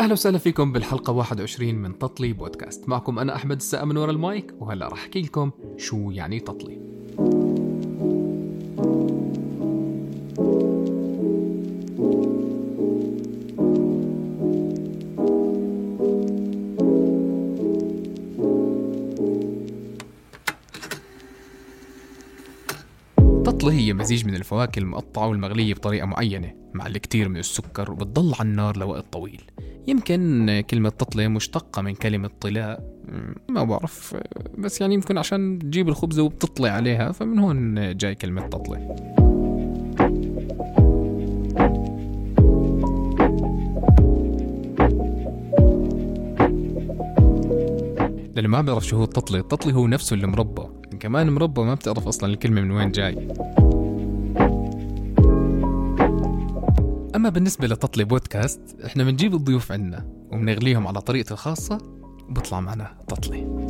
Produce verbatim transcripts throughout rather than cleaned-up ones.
أهلا وسهلا فيكم بالحلقة واحد وعشرين من تطلي بودكاست. معكم أنا أحمد السقا من ورا المايك، وهلأ رح أحكي لكم شو يعني تطلي. التطلي هي مزيج من الفواكه المقطعة والمغلية بطريقة معينة مع الكثير من السكر، وبتضل على النار لوقت طويل. يمكن كلمة تطلي مشتقة من كلمة طلاء، ما بعرف، بس يعني يمكن عشان تجيب الخبزة وبتطلي عليها، فمن هون جاي كلمة تطلي. لأنه ما بعرف شو هو التطلي. التطلي هو نفسه المربى، كمان مربى ما بتعرف أصلا الكلمة من وين جاي. أما بالنسبة لتطلي بودكاست، إحنا بنجيب الضيوف عنا وبنغليهم على طريقة الخاصة وبطلع معنا تطلي.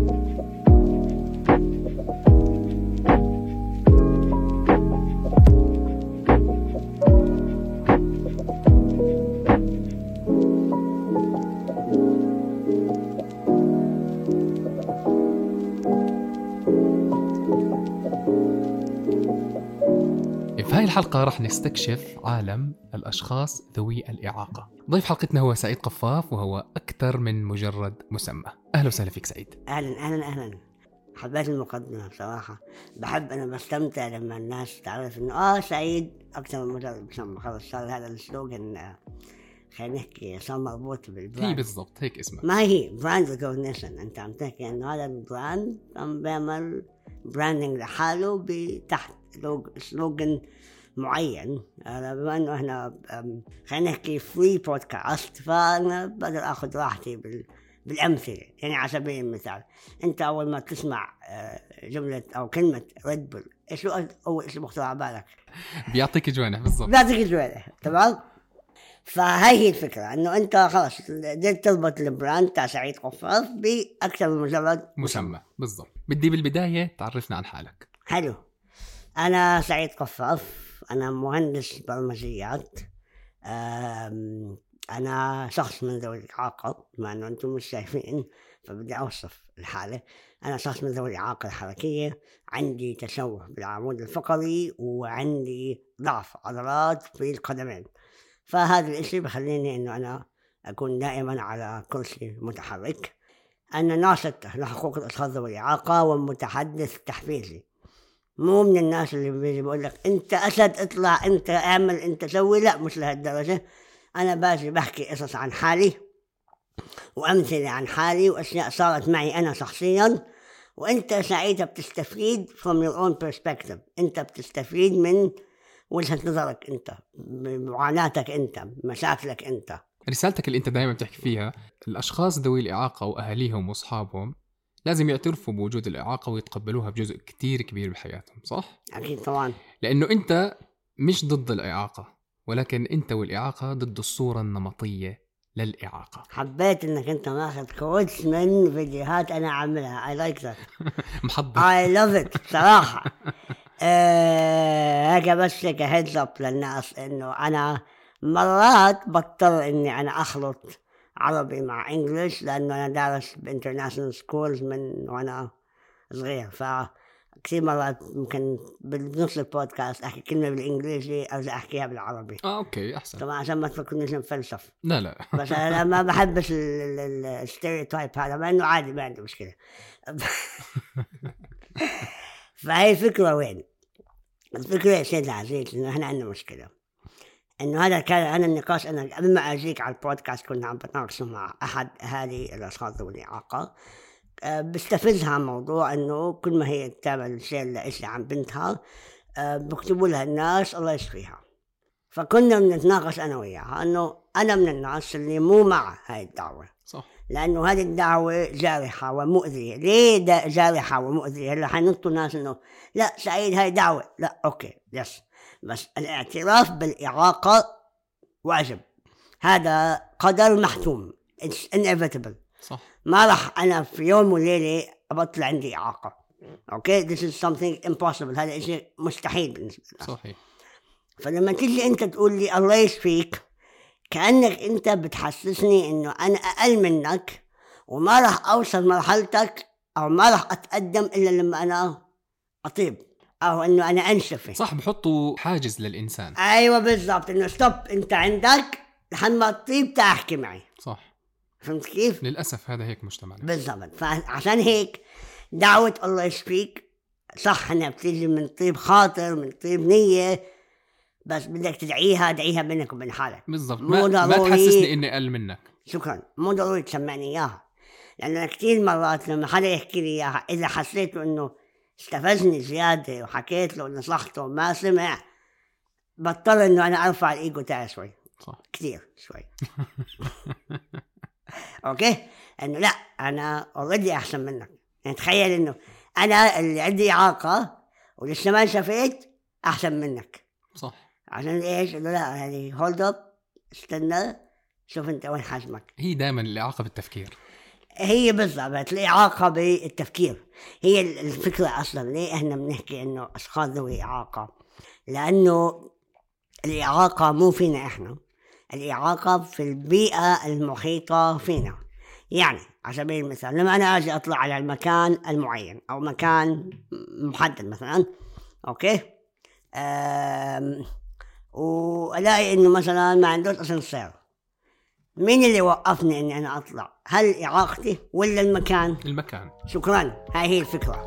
في هاي الحلقة رح نستكشف عالم الأشخاص ذوي الإعاقة. ضيف حلقتنا هو سعيد قفاف، وهو أكثر من مجرد مسمى. أهلا وسهلا فيك سعيد. أهلا أهلا أهلا. حبيت المقدمة بصراحة. بحب أنا بستمتع لما الناس تعرف إنه آه سعيد أكثر من مجرد مسمى. خلاص صار هذا السلوغن، خلينا نحكي صار مربوط بالبراند. هي بالضبط هيك اسمها. ما هي براند ريكوجنيشن. أنت عم تحكي إنه هذا البراند عم بيعمل براندنج لحاله بتحت سلوغن معين. أنا بما إنه إحنا خلينا نحكي فري بودكاست، فأنا بقدر أخذ راحتي بال بالأمثلة. يعني على سبيل المثال، أنت أول ما تسمع جملة أو كلمة ريد بول، إيش هو أول اسم مخطر على بالك؟ بيعطيك جوانح. بالضبط بيعطيك جوانح، تمام. فهاي هي الفكرة، إنه أنت خلاص قدرت تربط البراند تاع سعيد قفاف بأكثر من مجرد مسمى. بالضبط. بدي بالبداية تعرفنا عن حالك. حلو. أنا سعيد قفاف، أنا مهندس برمجيات. أنا شخص من ذوي الإعاقة، مع أنه أنتم مش شايفين فبدي أوصف الحالة. أنا شخص من ذوي الإعاقة الحركية، عندي تشوه بالعمود الفقري وعندي ضعف عضلات في القدمين. فهذا الشيء بخليني أنه أنا أكون دائما على كرسي متحرك. أنا ناشط لحقوق الأشخاص ذوي الإعاقة ومتحدث تحفيزي. مو من الناس اللي بيجي بيقول لك أنت أسد اطلع، أنت اعمل، أنت سوي. لا، مش لهالدرجة. أنا باجي بحكي قصص عن حالي وأمثلة عن حالي وأشياء صارت معي أنا شخصيا، وأنت سعيدة بتستفيد from your own perspective. أنت بتستفيد من وجهة نظرك أنت، معاناتك أنت، مشاكلك أنت. رسالتك اللي أنت دائما بتحكي فيها، الأشخاص ذوي الإعاقة وأهاليهم وأصحابهم لازم يعترفوا بوجود الإعاقة ويتقبلوها بجزء كتير كبير بحياتهم، صح؟ أكيد طبعا. لأنه أنت مش ضد الإعاقة، ولكن أنت والإعاقة ضد الصورة النمطية للإعاقة. حبيت إنك أنت ماخذ كوتس من فيديوهات أنا عاملها. I like that. محضر. I love it صراحة. هيك أه بس هيك هيدز أب للناس إنه أنا مرات بضطر إني أنا أخلط عربي مع إنجليش، لأنه أنا دارس بإنترناشنال سكولز من وأنا صغير. فكثير مرات ممكن بنص البودكاست أحكي كلمة بالإنجليزي أرجع أحكيها بالعربي. آه أوكي أحسن. طبعا عشان ما تفكرنيش مفلسف. لا لا. بس أنا ما بحبش الستيريوتايب هذا، ما إنه عادي، ما عندي مشكلة. فهي الفكرة وين؟ الفكرة يا سيد العزيز إنه إحنا عندنا مشكلة. إنه هذا كان أنا النقاش. أنا قبل ما أجيك على البودكاست كنا عم بتناقش مع أحد أهالي الأشخاص ذوي الإعاقة. أه بستفزها موضوع إنه كل ما هي تعمل شيء لإشي عن بنتها أه بكتبوا لها الناس الله يشفيها. فكنا بنتناقش أنا وياها إنه أنا من الناس اللي مو مع هاي الدعوة. صح. لأنه هذه الدعوة جارحة ومؤذية. ليه جارحة ومؤذية؟ هلا حينطوا ناس إنه لا سعيد هاي دعوة. لا أوكي يس، بس الاعتراف بالإعاقة واجب. هذا قدر محتوم. It's inevitable. صح. ما راح أنا في يوم وليلة أبطل عندي إعاقة. أوكي this is something impossible. هذا شيء مستحيل بالنسبة لي. صحيح. فلما تيجي أنت تقول لي الله يشفيك، كأنك أنت بتحسسني إنه أنا أقل منك وما راح أوصل مرحلتك أو ما راح أتقدم إلا لما أنا أطيب أو إنه أنا أنشفه. صح، بحطوا حاجز للإنسان. أيوة بالضبط، إنه ستوب أنت عندك لحد ما تطيب تحكي معي. صح. فهمت كيف؟ للأسف هذا هيك مجتمعنا بالضبط. فعشان هيك دعوة الله يشفيك صح إنها بتيجي من طيب خاطر من طيب نية، بس بدك تدعيها دعيها بينك وبين حالك. بالضبط. ما, ما تحسسني إني أقل منك. شكرا. مو ضروري تسمعني إياها، لأنه كتير مرات لما حدا يحكي لي إياها إذا حسيت إنه استفزني زيادة وحكيت له نصحته وما سمع، بضطر إنه أنا أرفع الإيجو تاعي شوي. صح. كتير شوي. أوكي، إنه لا أنا أوريدي أحسن منك. يعني تخيل إنه أنا اللي عندي إعاقة ولسه ما شفيت أحسن منك. صح. عشان إيش؟ إنه لا يعني هولد أب، استنى شوف أنت وين حجمك. هي دائما الإعاقة بالتفكير. هي بالضبط الإعاقة بالتفكير. هي الفكرة أصلا ليه إحنا بنحكي إنه أشخاص ذوي إعاقة، لأنه الإعاقة مو فينا إحنا، الإعاقة في البيئة المحيطة فينا. يعني على سبيل المثال لما أنا أجي أطلع على المكان المعين أو مكان محدد مثلا، أوكي، وألاقي إنه مثلا ما عندوش أسانسير، مين اللي وقفني إني أنا أطلع؟ هل إعاقتي ولا المكان؟ المكان. شكرا، هاي هي الفكرة.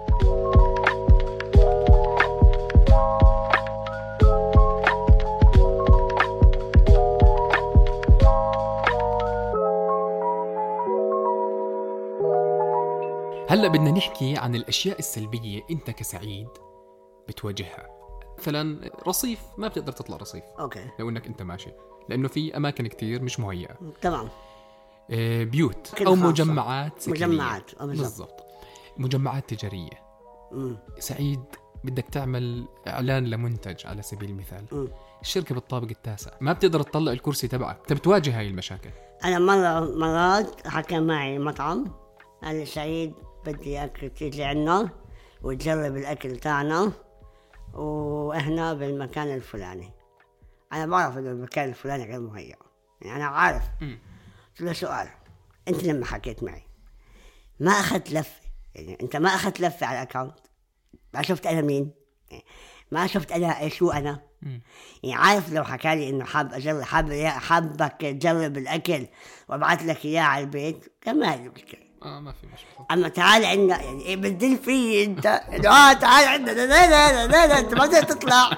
هلأ بدنا نحكي عن الأشياء السلبية أنت كسعيد بتواجهها. مثلا رصيف ما بتقدر تطلع رصيف. أوكي. لو أنك أنت ماشي، لأنه في أماكن كتير مش مهيئة. تمام. آه بيوت أو مجمعات سكنية. مجمعات. بالضبط. مجمعات تجارية. مم. سعيد بدك تعمل إعلان لمنتج على سبيل المثال. مم. الشركة بالطابق التاسع ما بتقدر تطلع الكرسي تبعك، أنت بتواجه هاي المشاكل. أنا مرة مرات حكى معي مطعم قال لي سعيد بدي أكل تيجي عنا وتجرب الأكل تاعنا وإحنا بالمكان الفلاني. أنا بعرف إنه المكان الفلاني غير مهيأ، يعني أنا عارف. قلت له سؤال، أنت لما حكيت معي ما أخذت لفة، يعني أنت ما أخذت لفة على الأكاونت، ما شفت أنا مين، ما شفت أنا شو أنا. م. يعني عارف لو حكى لي إنه حاب أجرب حاب حابك تجرب الأكل وأبعث لك إياه على البيت كمان مشكلة. آه ما في مشكلة. أما تعال عندنا يعني إيه بدل فيه أنت إنه آه تعال عندنا لا لا لا لا لا أنت ما تقدر تطلع.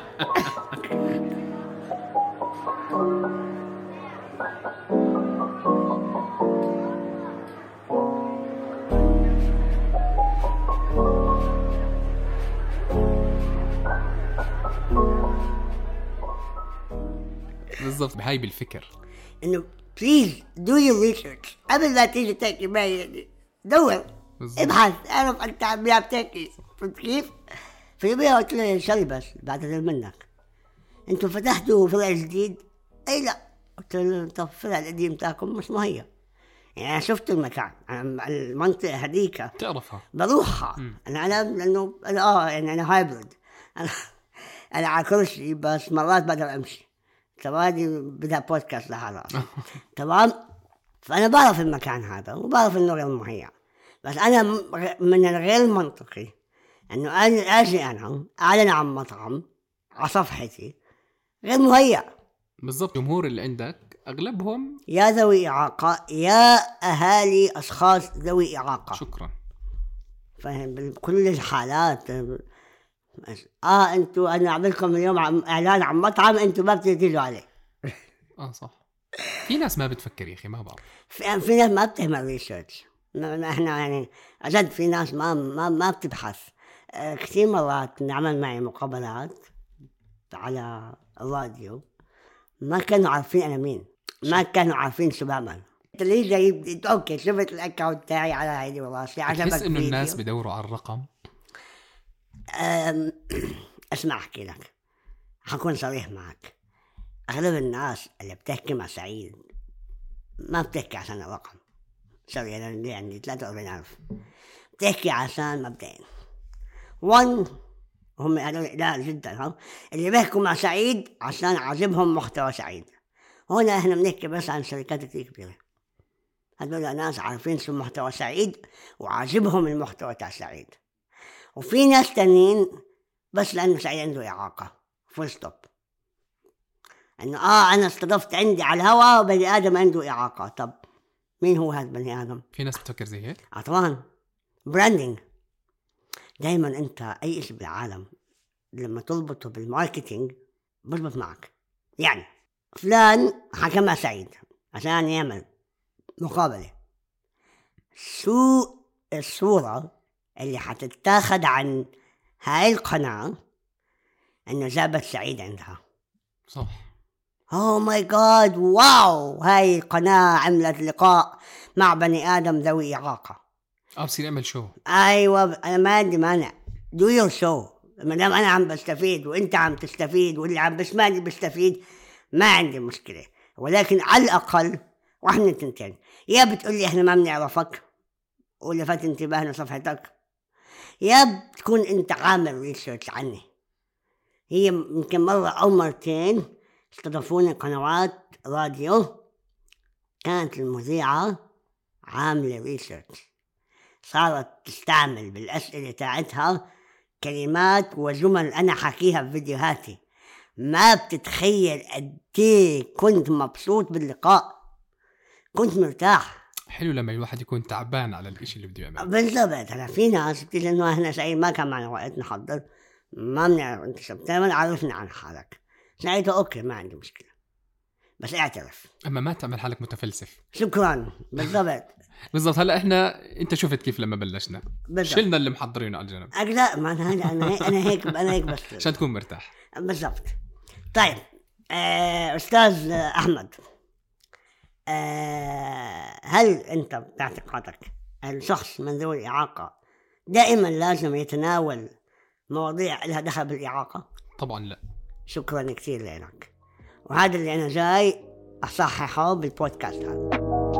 بالضبط. بهاي بالفكر إنه please do your research قبل لا تيجي تحكي معي، يعني دور بالزبط. ابحث اعرف انت عم بتحكي. فهمت كيف؟ في يوميها قلت له شغلي بس بعتذر منك، انتوا فتحتوا فرع جديد؟ اي لا. قلت له طب الفرع القديم تاعكم مش مهيأ. يعني انا شفت المكان، انا المنطقه هذيك تعرفها بروحها. م. انا انا لانه انا اه يعني انا هايبرد، انا انا على كرسي بس مرات بقدر امشي. تمام، بدها بودكاست لحالها. تمام. فأنا بعرف المكان هذا وبعرف إنه غير مهيأ، بس أنا من الغير منطقي إنه أنا أجي أنا أعلن عن مطعم على صفحتي غير مهيأ. بالضبط. الجمهور اللي عندك أغلبهم يا ذوي إعاقة يا أهالي أشخاص ذوي إعاقة. شكرا. فاهم؟ بكل الحالات. آه أنتوا أنا أعملكم اليوم إعلان عن مطعم أنتوا ما بتجوا عليه. آه صح. في ناس ما بتفكر يا أخي، ما بعرف. في, في ناس ما بتعمل ريسيرش. إحنا يعني أجد في ناس ما ما ما بتبحث. آه كثير مرات نعمل معي مقابلات على الراديو ما كانوا عارفين أنا مين، ما كانوا عارفين شو بعمل. اللي جاي أوكي شفت الأكاونت تاعي على هيدي وراسي عجبك. تحس إنه الناس بدوروا على الرقم. اسمع أحكي لك، حكون صريح معك. أغلب الناس اللي بتحكي مع سعيد ما بتحكي عشان الرقم. سوري أنا اللي عندي ثلاثة وأربعين ألف، بتحكي عشان مبدئين وان هم هذول لا جدا هم اللي بيحكوا مع سعيد عشان عجبهم محتوى سعيد، هنا احنا بنحكي بس عن شركات كتير كبيرة، هذول ناس عارفين شو محتوى سعيد وعاجبهم المحتوى تاع سعيد. وفي ناس تانيين بس لأنه سعيد عنده إعاقة فول ستوب، إنه آه أنا استضفت عندي على الهواء بني آدم عنده إعاقة. طب مين هو هذا البني آدم؟ في ناس بتفكر زي هيك. طبعا براندينج. دايما أنت أي شيء بالعالم لما تربطه بالماركتينج بضبط معك. يعني فلان حكى مع سعيد عشان يعمل مقابلة، شو الصورة اللي حتتاخد عن هاي القناة إنه جابت سعيد عندها؟ صح. أوه ماي جاد، واو، هاي القناة عملت لقاء مع بني آدم ذوي إعاقة، اه بصير اعمل شو. أيوة أنا ما عندي مانع، do your show. ما دام أنا عم بستفيد وأنت عم تستفيد واللي عم بسمعني بستفيد ما عندي مشكلة. ولكن على الأقل واحنا تنتين يا بتقولي إحنا ما بنعرفك ولفت انتباهنا صفحتك، يا بتكون أنت عامل ريسيرش عني. هي يمكن مرة أو مرتين استضافوني قنوات راديو كانت المذيعة عاملة ريسيرش، صارت تستعمل بالأسئلة تاعتها كلمات وجمل أنا حكيها في فيديوهاتي. ما بتتخيل قديه كنت مبسوط باللقاء، كنت مرتاح. حلو لما الواحد يكون تعبان على الاشي اللي بده يعمله. بالضبط. أنا في ناس بتقول إنه إحنا سعيد ما كان معنا وقت نحضر، ما بنعرف أنت شو بتعمل، عرفنا عن حالك. سعيد أوكي ما عندي مشكلة بس اعترف، اما ما تعمل حالك متفلسف. شكرا. بالضبط. بالضبط. هلا احنا انت شفت كيف لما بلشنا بالضبط. شلنا اللي محضرينه على الجنب. أجزاء ما أنا أنا هيك أنا هيك أنا هيك بس عشان تكون مرتاح. بالضبط. طيب آه، أستاذ أحمد، آه، هل أنت باعتقادك الشخص من ذوي الإعاقة دائما لازم يتناول مواضيع لها دخل بالإعاقة؟ طبعا لا. شكرا كثير لك، وهذا اللي أنا جاي أصححه بالبودكاست هذا.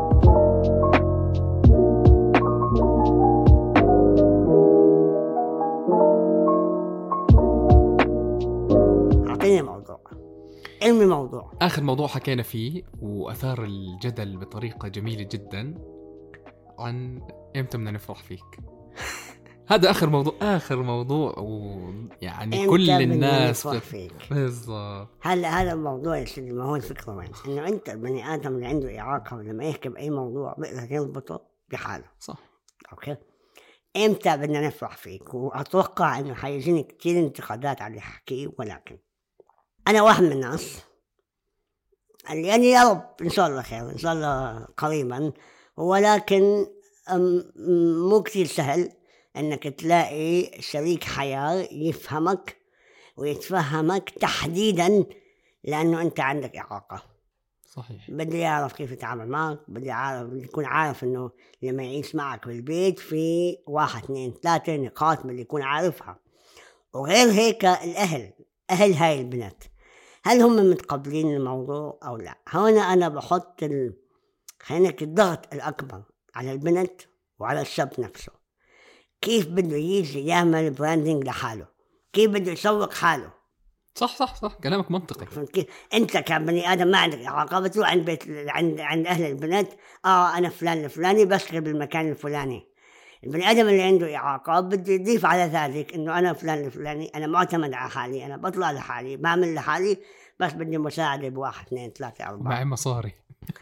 أعطيني موضوع، علمي موضوع. آخر موضوع حكينا فيه وأثار الجدل بطريقة جميلة جدا عن إمتى بدنا نفرح فيك. هذا آخر موضوع آخر موضوع ويعني كل الناس فيك. بالضبط. هلا هذا الموضوع يا سيدي ما هو الفكرة وين؟ إنه أنت البني آدم اللي عنده إعاقة لما يحكي بأي موضوع بيقدر يربطه بحاله. صح. أوكي. إمتى بدنا نفرح فيك؟ وأتوقع إنه حيجيني كتير انتقادات على اللي حكيه، ولكن أنا واحد من الناس اللي يعني يا رب إن شاء الله خير إن شاء الله قريبا، ولكن مو كتير سهل انك تلاقي شريك حياة يفهمك ويتفهمك تحديدا لانه انت عندك اعاقة. صحيح. بدي يعرف كيف يتعامل معك، بدي عارف بدي يكون عارف انه لما يعيش معك بالبيت في واحد اثنين ثلاثة نقاط بدي يكون عارفها. وغير هيك الاهل اهل هاي البنات هل هم متقبلين الموضوع او لا؟ هنا انا بحط ال... خلينا الضغط الاكبر على البنت وعلى الشاب نفسه. كيف بده يجي يعمل براندينج لحاله، كيف بده يسوق حاله. صح صح صح كلامك منطقي. كيف انت كبني ادم ما عندك اعاقه بتروح عند بيت عند عند اهل البنات، اه انا فلان الفلاني بشتغل بالمكان الفلاني. البني ادم اللي عنده اعاقه بده يضيف على ذلك انه انا فلان الفلاني، انا معتمد على حالي، انا بطلع لحالي، بعمل لحالي، بس بدي مساعده بواحد اثنين ثلاثه اربعه. معي مصاري.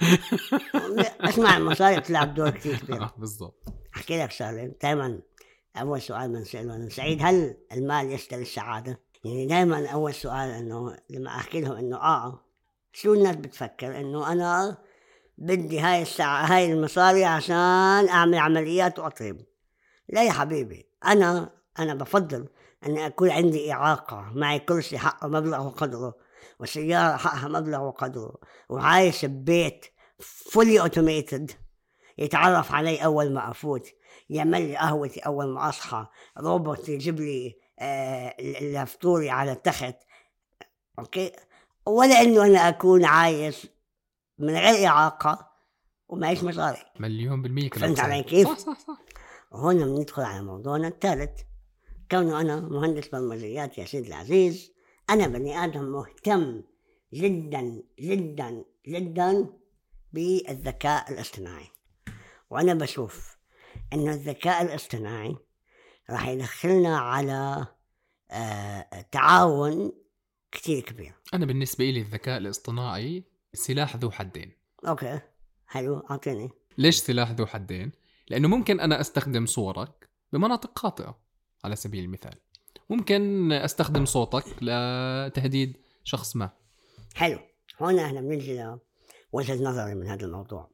اسمع المصاري بتلعب دور كثير كبير. بالضبط. احكي لك شغله دائما أول سؤال بنسأله أنا سعيد هل المال يشتري السعادة؟ يعني دائما أول سؤال إنه لما أحكي لهم إنه آه شو الناس بتفكر إنه أنا بدي هاي الساعة هاي المصاري عشان أعمل عمليات وأطرب. لا يا حبيبي، أنا أنا بفضل أن أكون عندي إعاقة، معي كرسي حقه مبلغ وقدره، وسيارة حقها مبلغ وقدره، وعايش ببيت فولي أوتوميتد يتعرف علي أول ما أفوت، يعمل لي قهوتي أول ما أصحى، روبوت يجيب لي آه الفطوري على التخت. أوكي. ولا إنه أنا أكون عايش من غير إعاقة ومعيش مصاري. مليون بالمية. فهمت علي كيف؟ صح صح صح. وهنا بندخل على موضوعنا الثالث، كونه أنا مهندس برمجيات يا سيد العزيز. أنا بني آدم مهتم جدا جدا جدا بالذكاء الاصطناعي. وأنا بشوف إنه الذكاء الاصطناعي راح يدخلنا على آه تعاون كتير كبير. أنا بالنسبة لي الذكاء الاصطناعي سلاح ذو حدين. أوكي حلو، أعطيني. ليش سلاح ذو حدين؟ لأنه ممكن أنا أستخدم صورك بمناطق خاطئة على سبيل المثال، ممكن أستخدم صوتك لتهديد شخص ما. حلو، هنا احنا بنجي لوجهة نظري من هذا الموضوع.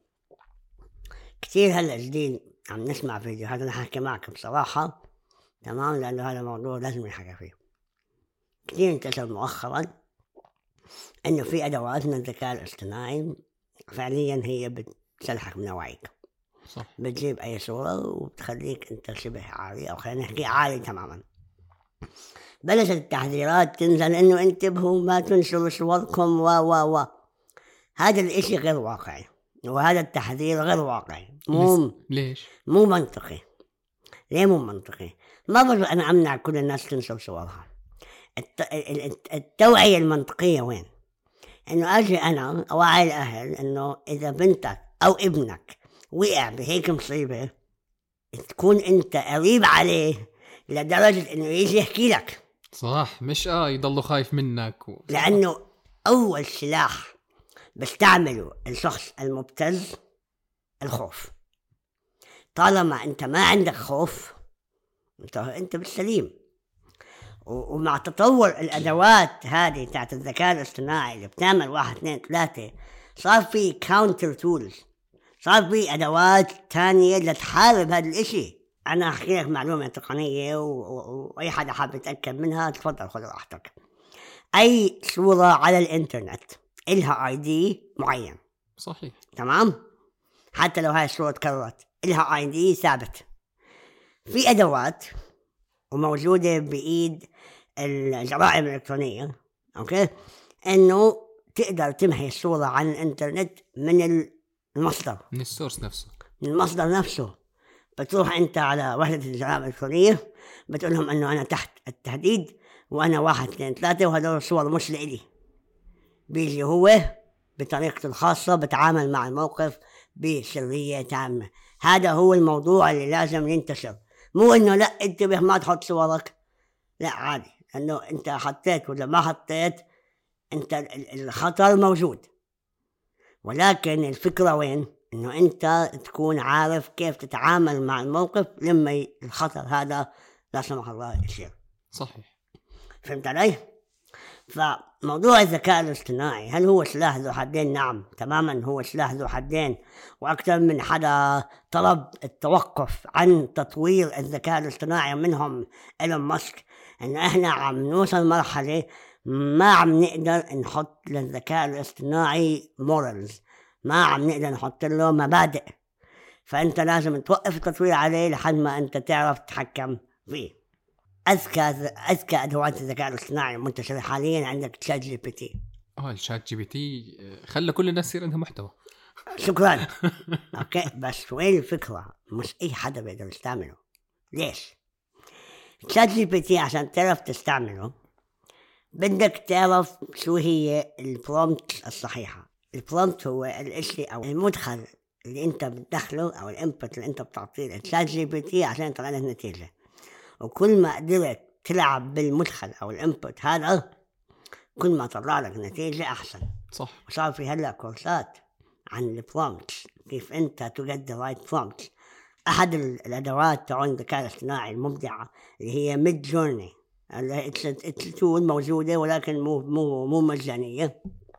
كتير هلا جديد عم نسمع فيديوهات، أنا حكي معك بصراحة تمام، لأنه هذا الموضوع لازم نحكي فيه. كتير انتشر مؤخرا إنه في أدوات من الذكاء الاصطناعي فعليا هي بتسلحك من وعيك. صح. بتجيب أي صورة وبتخليك أنت شبه عاري، أو خلينا نحكي عاري تماما. بلشت التحذيرات تنزل إنه انتبهوا ما تنشروا صوركم و و و هذا الإشي غير واقعي، وهذا التحذير غير واقعي. مو ليش؟ مو منطقي. ليه مو منطقي؟ ما بقول أنا أمنع كل الناس تنشر صورها. التوعية المنطقية وين؟ إنه أجي أنا أوعي الأهل إنه إذا بنتك أو ابنك وقع بهيك مصيبة تكون أنت قريب عليه لدرجة إنه يجي يحكي لك. صح، مش آه يضلوا خايف منك و... لأنه أول سلاح بستعمله الشخص المبتز الخوف. طالما أنت ما عندك خوف أنت, انت بالسليم. ومع تطور الأدوات هذه تاعت الذكاء الاصطناعي اللي بتعمل واحد اثنين ثلاثة، صار في كاونتر تولز، صار في أدوات تانية لتحارب هذا الإشي. أنا أحكي لك معلومة تقنية وأي حدا حاب يتأكد منها تفضل خذ راحتك. أي صورة على الإنترنت إلها آي دي معين. صحيح. تمام. حتى لو هاي الصورة تكررت إلها آي دي ثابت. في أدوات وموجودة بإيد الجرائم الإلكترونية، أوكي، إنه تقدر تمحي الصورة عن الإنترنت من المصدر، من السورس نفسه، من المصدر نفسه. بتروح أنت على وحدة الجرائم الإلكترونية بتقول لهم إنه أنا تحت التهديد وأنا واحد اثنين ثلاثة وهذول الصور مش لإلي. بيجي هو بطريقته الخاصة بتعامل مع الموقف بسرية تامة. هذا هو الموضوع اللي لازم ينتشر. مو إنه لا انتبه ما تحط صورك، لا عادي، إنه أنت حطيت ولا ما حطيت أنت الخطر موجود. ولكن الفكرة وين؟ إنه أنت تكون عارف كيف تتعامل مع الموقف لما الخطر هذا لا سمح الله يصير. صحيح. فهمت علي؟ فموضوع الذكاء الاصطناعي هل هو سلاح ذو حدين؟ نعم تماما هو سلاح ذو حدين، وأكثر من حدا طلب التوقف عن تطوير الذكاء الاصطناعي منهم إيلون ماسك. إن إحنا عم نوصل مرحلة ما عم نقدر نحط للذكاء الاصطناعي مورالز، ما عم نقدر نحط له مبادئ. فأنت لازم توقف التطوير عليه لحد ما أنت تعرف تتحكم فيه. أذكى أذكى أدوات الذكاء الاصطناعي المنتشرة حاليا عندك تشات جي بي تي. آه الشات جي بي تي خلى كل الناس يصير عندها محتوى. شكرا. أوكي، بس وين الفكرة؟ مش أي حدا بيقدر يستعمله. ليش؟ تشات جي بي تي عشان تعرف تستعمله بدك تعرف شو هي البرومبت الصحيحة. البرومبت هو الاشي أو المدخل اللي أنت بتدخله أو الانبوت اللي أنت بتعطيه لتشات جي بي تي عشان يطلع لك نتيجة. وكل ما قدرت تلعب بالمدخل أو الانبوت هذا كل ما طلع لك نتيجة أحسن. صح. وصار في هلا كورسات عن البرومبت، كيف أنت تجد الرايت برومبت. أحد الأدوات تاعون الذكاء الاصطناعي المبدعة اللي هي ميد جورني، التول موجودة ولكن مو مو مو مجانية.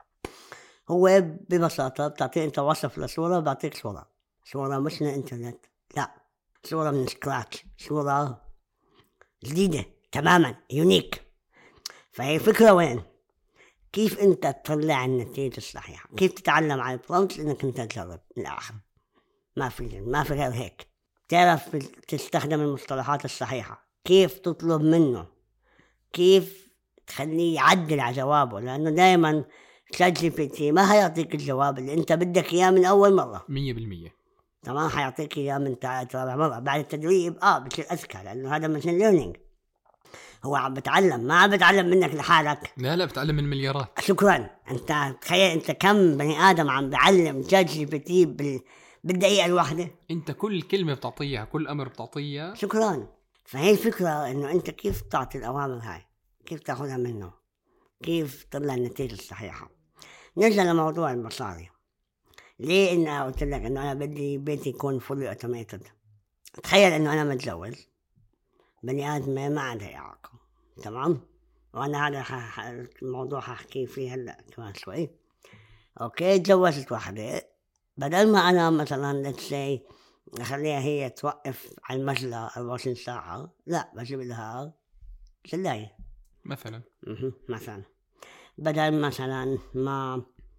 هو ببساطة بتعطيه أنت وصف لصورة، بعطيك صورة صورة مش من الإنترنت، لا صورة من سكراتش، صورة جديدة تماما يونيك. فهي فكرة وين؟ كيف أنت تطلع النتيجة الصحيحة، كيف تتعلم على البرومبت إنك أنت تجرب الآخر. ما في ما في غير هيك. تعرف تستخدم المصطلحات الصحيحة، كيف تطلب منه، كيف تخليه يعدل على جوابه. لأنه دائما شات جي بي تي ما هيعطيك الجواب اللي أنت بدك إياه من أول مرة مية بالمية. تمام، حيعطيك إياه من ثالث رابع مرة بعد التدريب. آه بتصير أذكى لأنه هذا مثل ليرنينج. هو عم بتعلم، ما عم بتعلم منك لحالك. لا لا، بتعلم من مليارات. شكرا. انت تخيل انت كم بني ادم عم بعلم جات جي بي تي بال... بالدقيقه الواحده. انت كل كلمه بتعطيها، كل امر بتعطيها. شكرا. فهي الفكره انه انت كيف تعطي الاوامر هاي، كيف تاخذها منه، كيف تطلع النتيجه الصحيحه. نرجع لموضوع المصاري. ليه إن قلت لك إنه أنا بدي بيتي يكون فولي أوتوميتد؟ تخيل إنه أنا متزوج بني آدمة ما عندها إعاقة، تمام؟ وأنا هذا ح... الموضوع هحكي فيه هلا كمان شوي. أوكي، تزوجت واحدة، بدل ما أنا مثلا let's say أخليها هي توقف على المجلى أربعة وعشرين ساعة، لا بجيب لها سلاية مثلا. مثلا بدل مثلا ما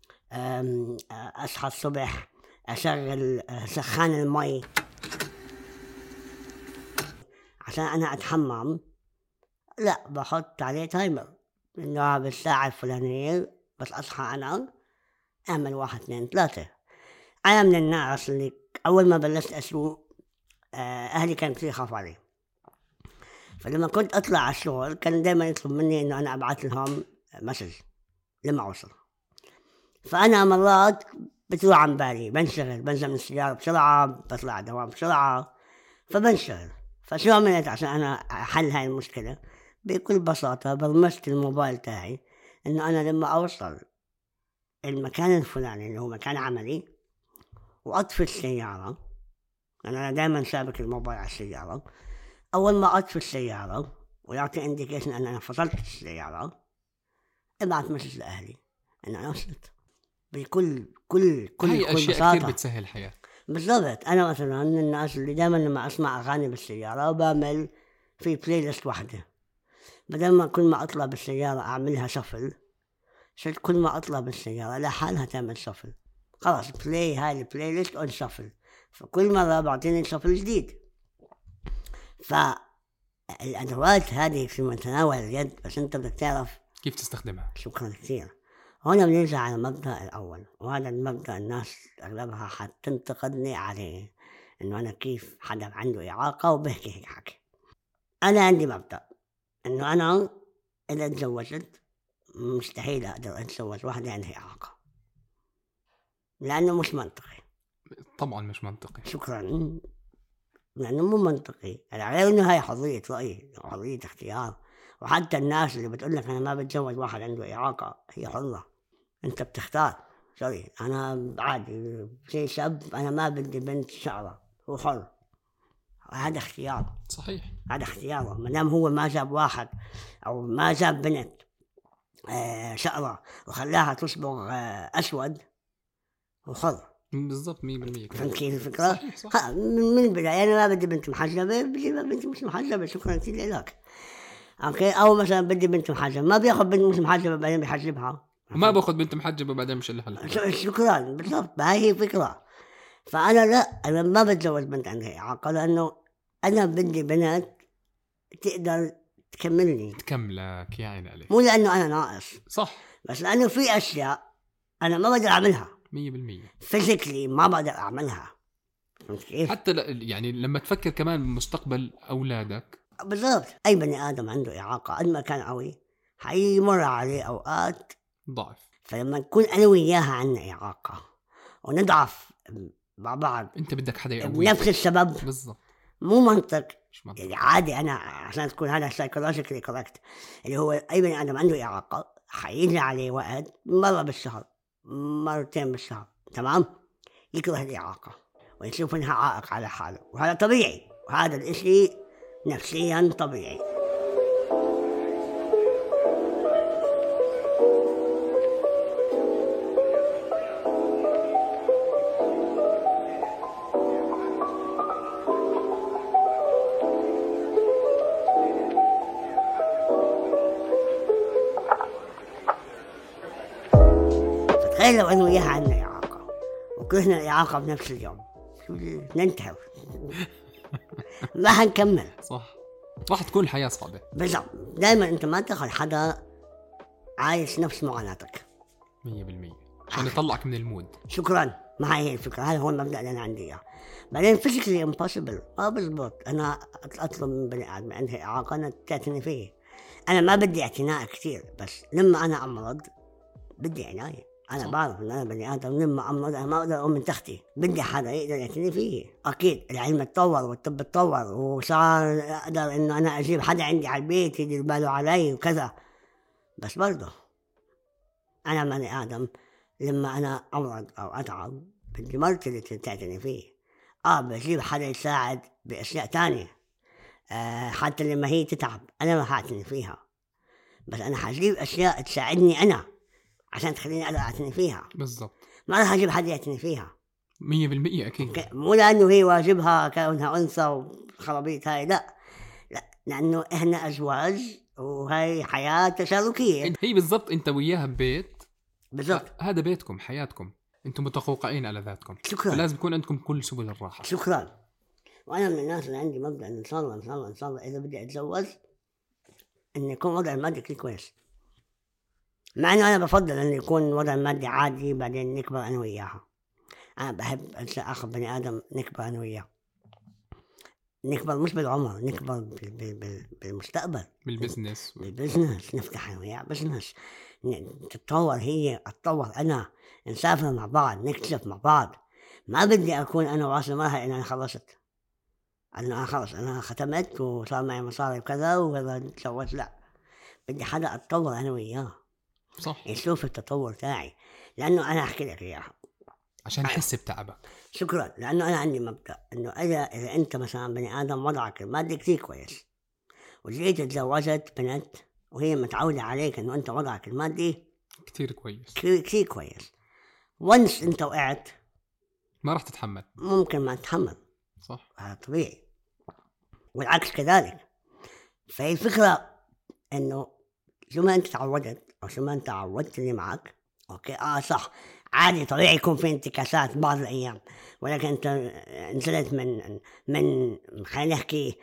أصحى الصبح أشغل سخان المي عشان أنا أتحمم، لا بحط عليه تايمر إنه بالساعة الفلانية بس أصحى أنا أعمل واحد اثنين ثلاثة. أنا من الناس اللي أول ما بلشت أسوق أهلي كانوا كثير يخافوا علي، فلما كنت أطلع على الشغل كان دايما يطلب مني إنه أنا أبعث لهم مسج لما أوصل. فأنا مرات بتروح عن بالي، بنشغل بنزل من السيارة بسرعة، بطلع دوام بسرعة، فبنشغل. فشو عملت عشان أنا أحل هاي المشكلة؟ بكل بساطة برمجت الموبايل تاعي إنه أنا لما أوصل المكان الفلاني اللي هو مكان عملي وأطفي السيارة، أنا دائما سابق الموبايل على السيارة، أول ما أطفي السيارة ويعطي إنديكيشن أن أنا فصلت السيارة، ابعث مسج لأهلي إن أنا وصلت. بكل كل كل هاي كل أشياء بساطة كتير بتسهل الحياة. بالضبط. أنا مثلا من الناس اللي دائما لما أسمع أغاني بالسيارة بعمل في بلاي ليست واحدة، بدل ما كل ما أطلع بالسيارة أعملها شفل، صرت كل ما أطلع بالسيارة لحالها تعمل شفل. خلاص بلاي هاي البلاي ليست أون شفل، فكل مرة بعطيني شفل جديد. فالأدوات هذه في متناول اليد، بس أنت بدك تعرف كيف تستخدمها. شكرا كثير. هنا بنرجع على المبدأ الأول، وهذا المبدأ الناس أغلبها حتنتقدني عليه، إنه أنا كيف حدا عنده إعاقة وبحكي هيك حكي. أنا عندي مبدأ إنه أنا إذا تزوجت مستحيل أقدر أتزوج واحدة عندها إعاقة، لأنه مش منطقي. طبعا مش منطقي. شكرا. لأنه مو منطقي، غير إنه هاي حرية رأي وحرية اختيار. وحتى الناس اللي بتقول لك أنا ما بتزوج واحد عنده إعاقة، هي حرة، أنت بتختار. سوري، أنا عادي زي شاب، أنا ما بدي بنت شعرة، هو حر، هذا اختيار. صحيح، هذا اختياره. ما دام هو ما جاب واحد أو ما جاب بنت آه شعرة وخلاها تصبغ آه أسود، هو حر. بالضبط مية بالمية. فهمت كيف الفكرة؟ صحيح صح. من البداية أنا ما بدي بنت محجبة، بدي بنت مش محجبة، شكرا كثير لك. أوكي. أو مثلا بدي بنت محجبة، ما بياخذ بنت مش محجبة بعدين بيحجبها، ما باخذ بنت محجبة بعدين مش لها. شكرا. بالضبط، هاي هي فكرة. فأنا لا، أنا ما بتزوج بنت عندها إعاقة، لأنه أنا بدي بنت تقدر تكملني، تكملك يا عين عليك. مو لأنه أنا ناقص، صح، بس لأنه في أشياء أنا ما بقدر أعملها مية بالمية. فيزيكلي ما بقدر أعملها. حتى ل... يعني لما تفكر كمان بمستقبل أولادك. بالضبط. أي بني آدم عنده إعاقة قد ما كان قوي حيمر عليه أوقات ضعف. فلما نكون أنا وياها عنا إعاقة ونضعف مع بعض، أنت بدك حدا يقوي بنفس السبب. بالضبط. مو منطق. منطق. يعني عادي أنا عشان تكون هذا psychologically correct، اللي هو أي بني آدم عنده إعاقة حيجي عليه وقت مرة بالشهر مرتين بالشهر، تمام، يكره الإعاقة ويشوف إنها عائق على حاله، وهذا طبيعي، وهذا الإشي نفسيا طبيعي. فتخيل لو أنا وياها عندنا إعاقة وكرهنا الإعاقة بنفس اليوم، ننتهي ما هنكمل. صح، راح تكون الحياة صعبة. بالضبط. دائما أنت ما تاخذ حدا عايش نفس معاناتك مية بالمية عشان يطلعك من المود. شكرا. ما هي الفكرة، هذا هو المبدأ اللي أنا عندي إياه. بعدين physically impossible ما بزبط أنا أطلب من بني آدم عنده إعاقة أنا تعتني فيه. أنا ما بدي اعتناء كتير، بس لما أنا أمرض بدي عناية. أنا صح. بعرف إن أنا بني آدم لما أمرض أنا ما أقدر أقوم من تختي، بدي حدا يقدر يعتني فيه. أكيد العلم اتطور والطب اتطور وصار أقدر إنه أنا أجيب حدا عندي على البيت يدير باله علي وكذا، بس برضه أنا بني آدم لما أنا أمرض أو أتعب بدي مرتي اللي تعتني فيه. آه بجيب حدا يساعد بأشياء تانية، آه حتى لما هي تتعب أنا ما هعتني فيها، بس أنا حجيب أشياء تساعدني أنا عشان تخليني أقدر أعتني فيها. بالضبط. ما راح أجيب حدا يعتني فيها مية بالمية أكيد. مو لأنه هي واجبها كونها أنثى وخرابيط هاي، لا لا، لأنه إحنا أزواج وهي حياة تشاركية. هي بالضبط، أنت وياها ببيت، بالضبط هذا بيتكم، حياتكم، أنتم متقوقعين على ذاتكم. شكرا. لازم يكون عندكم كل سبل الراحة. شكرا. وأنا من الناس اللي عندي مبدأ إن شاء الله إن شاء الله إن شاء الله إذا بدي أتزوج إن يكون وضع المادي كتير كويس، مع إنه أنا بفضل إنه يكون وضع المادي عادي بعدين نكبر أنا وياها. أنا بحب آخر بني آدم نكبر أنا وياه، نكبر مش بالعمر، نكبر بالمستقبل، بالبزنس بالبزنس، نفتح أنا وياه بزنس، تتطور هي أتطور أنا، نسافر مع بعض، نكتشف مع بعض. ما بدي أكون أنا واصل مرحلة إن أنا خلصت، أنا خلص أنا ختمت وصار معي مصاري وكذا وهذا تزوجت، لا، بدي حدا أتطور أنا وياه. صح. يشوف التطور تاعي، لأنه أنا أحكي لك إياها عشان يحس بتعبك. شكرا. لأنه أنا عندي مبدأ إنه إذا إذا أنت مثلا بني آدم وضعك المادي كتير كويس وجيت تزوجت بنت وهي متعودة عليك إنه أنت وضعك المادي كتير كويس كتير كويس، وانس أنت وقعت ما راح تتحمل، ممكن ما تتحمل. صح. هذا طبيعي، والعكس كذلك. فهي الفكرة إنه شو ما أنت تعودت أو شو ما أنت عودت اللي معك، أوكي آه صح، عادي طبيعي يكون في انتكاسات بعض الأيام، ولكن أنت نزلت من من خلينا نحكي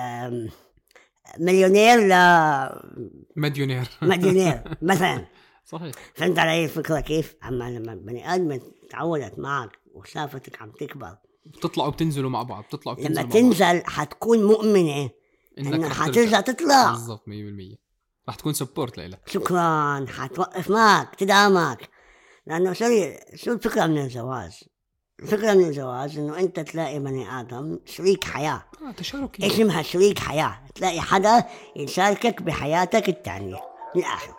مليونير ل مليونير مليونير مثلا. صحيح. فهمت علي الفكرة كيف؟ أما لما بني آدم تعودت معك وشافتك عم تكبر، بتطلعوا بتنزلوا مع بعض، بتطلعوا لما تنزل حتكون مؤمنة إنك حترجع تطلع. بالضبط مية بالمية، راح تكون سبورت لإلك. شكرا، حتوقف معك تدعمك. لأنه سوري، شو الفكرة من الزواج؟ الفكرة من الزواج إنه أنت تلاقي بني آدم شريك حياة. آه تشاركي. اسمها شريك حياة، تلاقي حدا يشاركك بحياتك التانية للآخر.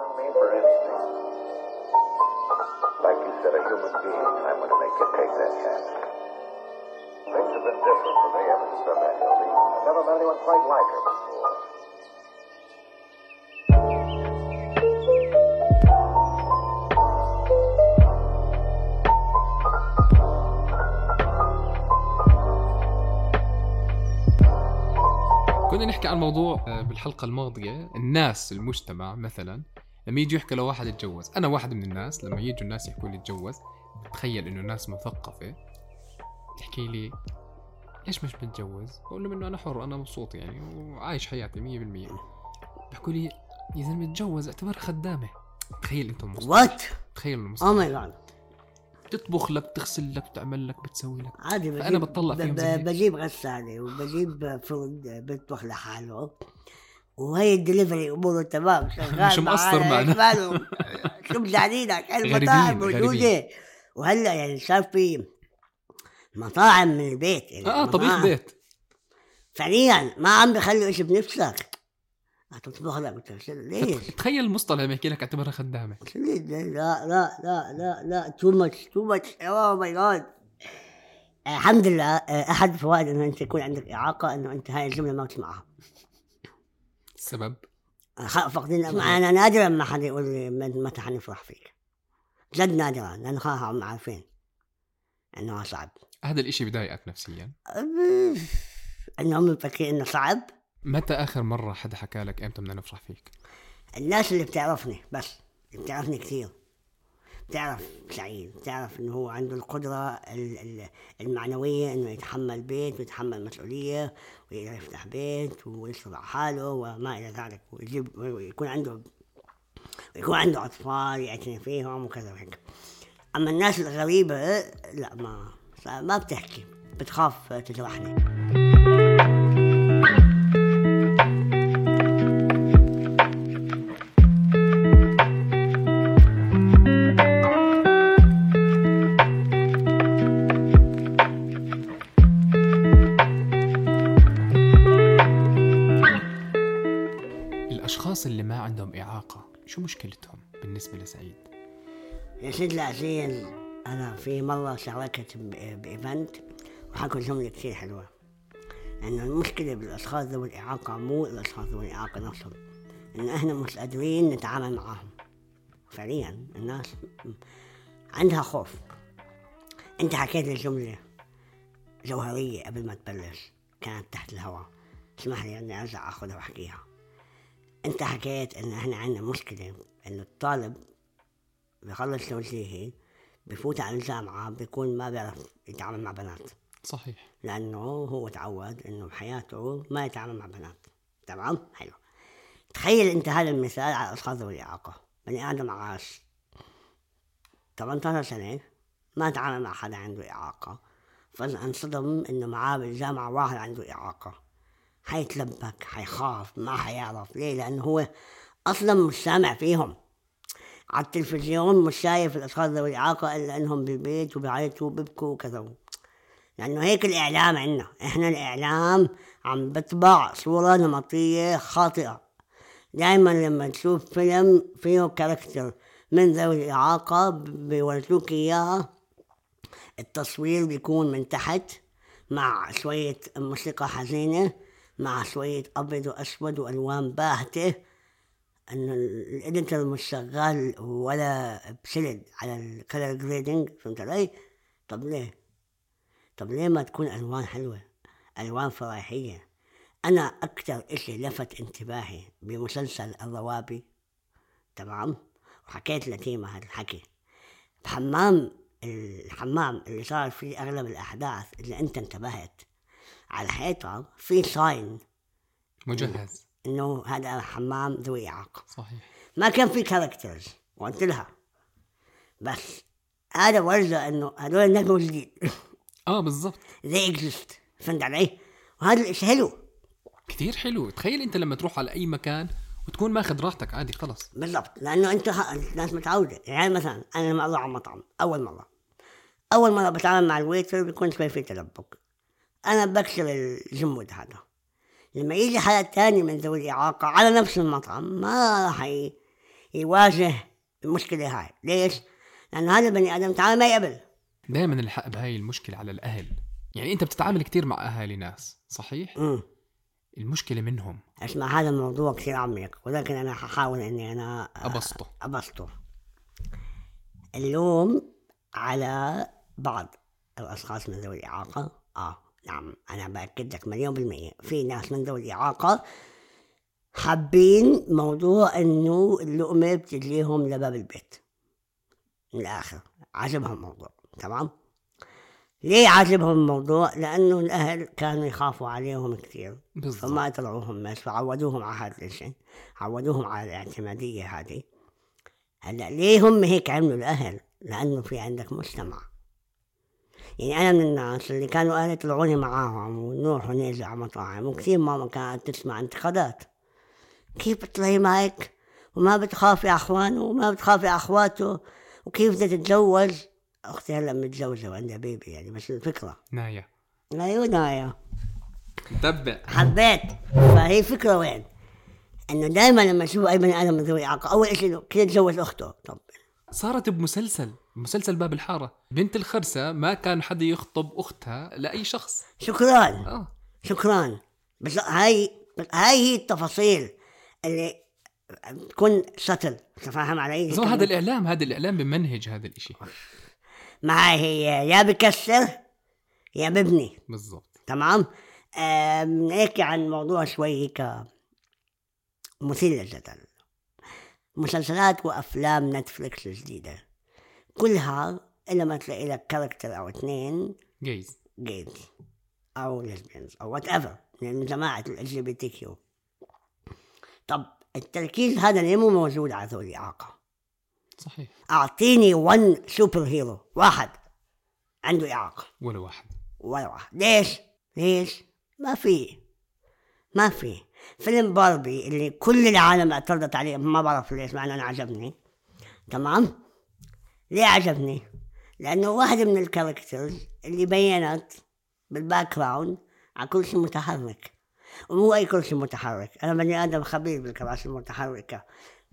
كنا نحكي عن موضوع بالحلقة الماضية، الناس المجتمع مثلا لما يجي يحكي لو واحد يتجوز، أنا واحد من الناس لما يجوا الناس يحكوا لي يتجوز بتخيل إنه ناس مثقفة تحكي لي ليش مش بتجوز؟ بقول لهم إنه أنا حر، أنا مبسوط يعني وعايش حياتي مية بالمية. بحكوا لي إذا متجوز اعتبر خدامة. تخيل أنت المصطلح. What؟ تخيل المصطلح. Oh my God. بتطبخ لك، بتغسل لك، بتعمل لك، بتسوي لك. عادي. أنا بتطلع فيهم زي بجيب غسالة وبجيب فرد بيطبخ لحاله وهي الدليفري أموره تمام شغال. مش مقصر معنا. شو بزعلينك؟ المطاعم موجودة، وهلا يعني صار في مطاعم من البيت يعني. آه طبيخ بيت فعليا ما عم بخلوا إشي بنفسك هتطبخ لك. ليش؟ تخيل المصطلح لما يحكي لك اعتبرها خدامة. لا لا لا لا لا تو ماتش تو ماتش. اوه ماي جاد. الحمد لله احد فوائد انه انت يكون عندك اعاقه انه انت هاي الجمله ما تسمعها. السبب فقدين. انا نادرا ما حد يقول لي متى حنفرح فيك، جد نادرا، لانه هم عارفين انه صعب. هذا الاشي بضايقك نفسيا انهم مفكرين انه صعب. متى اخر مره حدا حكى لك امتى بدنا نفرح فيك؟ الناس اللي بتعرفني، بس اللي بتعرفني كثير، بتعرف سعيد، بتعرف انه هو عنده القدره المعنويه انه يتحمل بيت ويتحمل مسؤوليه ويفتح بيت ويصرف على حاله وما الى ذلك، ويجيب ويكون عنده ويكون عنده اطفال يعتني فيهم وكذا وهيك. اما الناس الغريبه لا، ما ما بتحكي، بتخاف تجرحني. بالنسبة لسعيد؟ يا سيدي العزيز، أنا في مرة شاركت ب- بإيفنت وحكوا جملة كثير حلوة، إنه المشكلة بالأشخاص ذوي الإعاقة مو الأشخاص ذوي الإعاقة نفسهم، إنه إحنا مش قادرين نتعامل معهم. فعليا الناس عندها خوف. أنت حكيت لي جملة جوهرية قبل ما تبلش، كانت تحت الهواء، اسمح لي أني أرجع أخذها وأحكيها. أنت حكيت إن إحنا عندنا مشكلة إنه الطالب بخلص توجيهي بفوت على الجامعة بيكون ما بيعرف يتعامل مع بنات. صحيح. لأنه هو تعود إنه بحياته ما يتعامل مع بنات. تمام؟ حلو. تخيل أنت هذا المثال على أشخاص ذوي الإعاقة. بني آدم عاش ثمانية عشر سنة ما تعامل مع حدا عنده إعاقة، فجأة انصدم إنه معاه بالجامعة واحد عنده إعاقة، حيتلبك، حيخاف، ما حيعرف. ليه؟ لأنه هو أصلا مش سامع فيهم على التلفزيون، مش شايف الأشخاص ذوي الإعاقة إلا إنهم بالبيت وبيعيطوا وبيبكوا وكذا. لأنه هيك الإعلام عنا، إحنا الإعلام عم بطبع صورة نمطية خاطئة. دائما لما تشوف فيلم فيه كاركتر من ذوي الإعاقة بيورجوك إياه، التصوير بيكون من تحت مع شوية موسيقى حزينة مع شوية أبيض وأسود وألوان باهتة، أن الإديتر مش شغال ولا بسلد على الكلر جريدنج. فهمت علي؟ طب ليه؟ طب ليه ما تكون ألوان حلوة، ألوان فريحية؟ أنا أكتر إشي لفت انتباهي بمسلسل الروابي، تمام، وحكيت لتيمة هذا الحكي، بحمام الحمام اللي صار فيه أغلب الأحداث اللي أنت انتبهت، على الحيطة في ساين مجهز إنه هذا حمام ذوي إعاقة. صحيح. ما كان في كاركترز وقلت لها، بس هذا ورجة إنه هذول الناس موجودين. آه بالضبط. they exist. فهمت علي؟ وهذا الإشي حلو، كتير حلو. تخيل أنت لما تروح على أي مكان وتكون ماخذ راحتك عادي خلص. بالضبط، لأنه أنت الناس متعودة. يعني مثلا أنا لما أروح على مطعم أول مرة أول مرة بتعامل مع الويتر بيكون شوي في تلبك، أنا بكسر الجمود هذا. لما يجي حدا تاني من ذوي الإعاقة على نفس المطعم ما راح يواجه المشكلة هاي. ليش؟ لأن هذا بني آدم تعامل معي قبل. دائما الحق بهاي المشكلة على الأهل. يعني أنت بتتعامل كتير مع أهالي ناس، صحيح؟ امم المشكلة منهم. اسمع، هذا الموضوع كثير عميق، ولكن أنا ححاول إني أنا أبسطه أبسطه. اللوم على بعض الأشخاص من ذوي الإعاقة. آه نعم، أنا بأكد لك مليون بالمية في ناس من ذوي الإعاقة حابين موضوع إنه اللقمة بتجيهم لباب البيت. من الآخر عجبهم الموضوع، تمام؟ ليه عجبهم الموضوع؟ لأنه الأهل كانوا يخافوا عليهم كثير، فما يطلعوهم مش، فعودوهم على هذا الشيء، عودوهم على الاعتمادية هذه. هلا ليه هم هيك عملوا الأهل؟ لأنه في عندك مجتمع. يعني أنا من الناس اللي كانوا أهلي يطلعوني معاهم ونروح ونيجي على مطاعم، وكثير ماما كانت تسمع انتقادات، كيف بتطلعي معك وما بتخافي أخوانه وما بتخافي أخواته، وكيف بدها تتجوز. أختي هلا متجوزة وعندها بيبي، يعني بس الفكرة نايا. أيوة نايا متبع. حبيت. فهي فكرة وين؟ إنه دائما لما أشوف أي بني آدم ذوي إعاقة أول إشي كيف يتجوز أخته. طب صارت بمسلسل مسلسل باب الحارة، بنت الخرسة ما كان حدا يخطب أختها لأي شخص. شكرا آه. شكرا. بس هاي هاي هي التفاصيل اللي تكون سطل، تفهم علي؟ زو هذا الإعلام هذا الإعلام بمنهج هذا الإشي. معي هي يا بكسر يا ببني. بالضبط. تمام. نحكي عن موضوع شوي هيك مثير للجدل. مسلسلات وأفلام نتفليكس الجديدة كلها إلا ما تلاقي لك كاركتر أو اثنين جيز جيز أو ليزبيانز أو وات ايفر من جماعة ال جي بي تي كيو. طب التركيز هذا ليه مو موجود على ذوي الإعاقة؟ صحيح. أعطيني ون سوبر هيرو واحد عنده إعاقة. ولا واحد. ولا واحد. ليش؟ ليش؟ ما في ما في فيلم باربي اللي كل العالم اعترضت عليه، ما بعرف ليش، مع أنه أنا عجبني. تمام. ليه عجبني؟ لأنه واحد من الكاركترز اللي بينت بالباك جراوند على كرسي متحرك، ومو أي كرسي متحرك. أنا بني آدم خبير بالكراسي المتحركة،